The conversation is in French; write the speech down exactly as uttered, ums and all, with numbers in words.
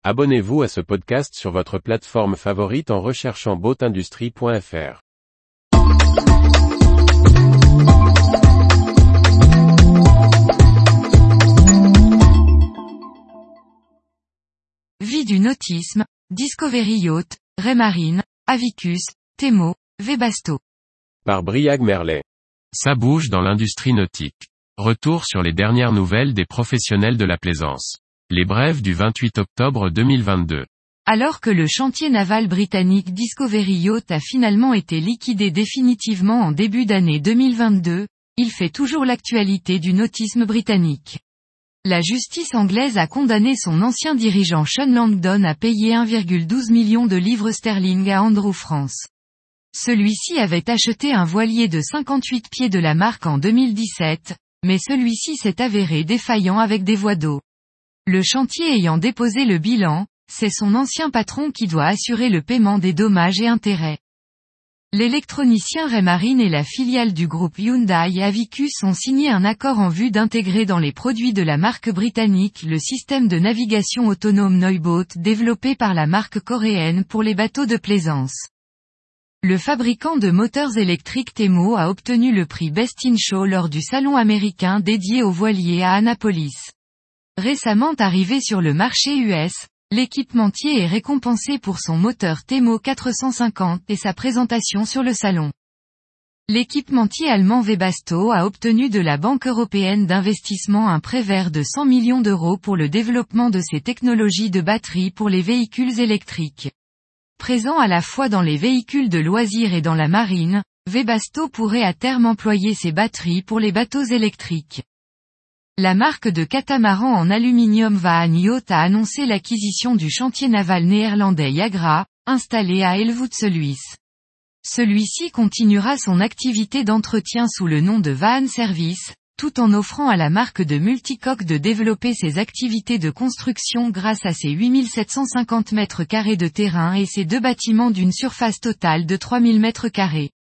Abonnez-vous à ce podcast sur votre plateforme favorite en recherchant boatindustrie point f r. Vie du nautisme, Discovery Yacht, Raymarine, Avicus, Temo, Webasto. Par Briag Merlet. Ça bouge dans l'industrie nautique. Retour sur les dernières nouvelles des professionnels de la plaisance. Les brèves du vingt-huit octobre deux mille vingt-deux. Alors que le chantier naval britannique Discovery Yacht a finalement été liquidé définitivement en début d'année deux mille vingt-deux, il fait toujours l'actualité du nautisme britannique. La justice anglaise a condamné son ancien dirigeant Sean Langdon à payer un virgule douze million de livres sterling à Andrew France. Celui-ci avait acheté un voilier de cinquante-huit pieds de la marque en deux mille dix-sept, mais celui-ci s'est avéré défaillant avec des voies d'eau. Le chantier ayant déposé le bilan, c'est son ancien patron qui doit assurer le paiement des dommages et intérêts. L'électronicien Raymarine et la filiale du groupe Hyundai Avicus ont signé un accord en vue d'intégrer dans les produits de la marque britannique le système de navigation autonome Neuboat développé par la marque coréenne pour les bateaux de plaisance. Le fabricant de moteurs électriques Temo a obtenu le prix Best in Show lors du salon américain dédié aux voiliers à Annapolis. Récemment arrivé sur le marché U S, l'équipementier est récompensé pour son moteur Temo quatre cent cinquante et sa présentation sur le salon. L'équipementier allemand Webasto a obtenu de la Banque européenne d'investissement un prêt vert de cent millions d'euros pour le développement de ses technologies de batterie pour les véhicules électriques. Présent à la fois dans les véhicules de loisirs et dans la marine, Webasto pourrait à terme employer ses batteries pour les bateaux électriques. La marque de catamaran en aluminium Vaan Yacht a annoncé l'acquisition du chantier naval néerlandais Yagra, installé à Helvoetsluis. Celui-ci continuera son activité d'entretien sous le nom de Vaan Service, tout en offrant à la marque de Multicoque de développer ses activités de construction grâce à ses huit mille sept cent cinquante mètres carrés de terrain et ses deux bâtiments d'une surface totale de trois mille mètres carrés.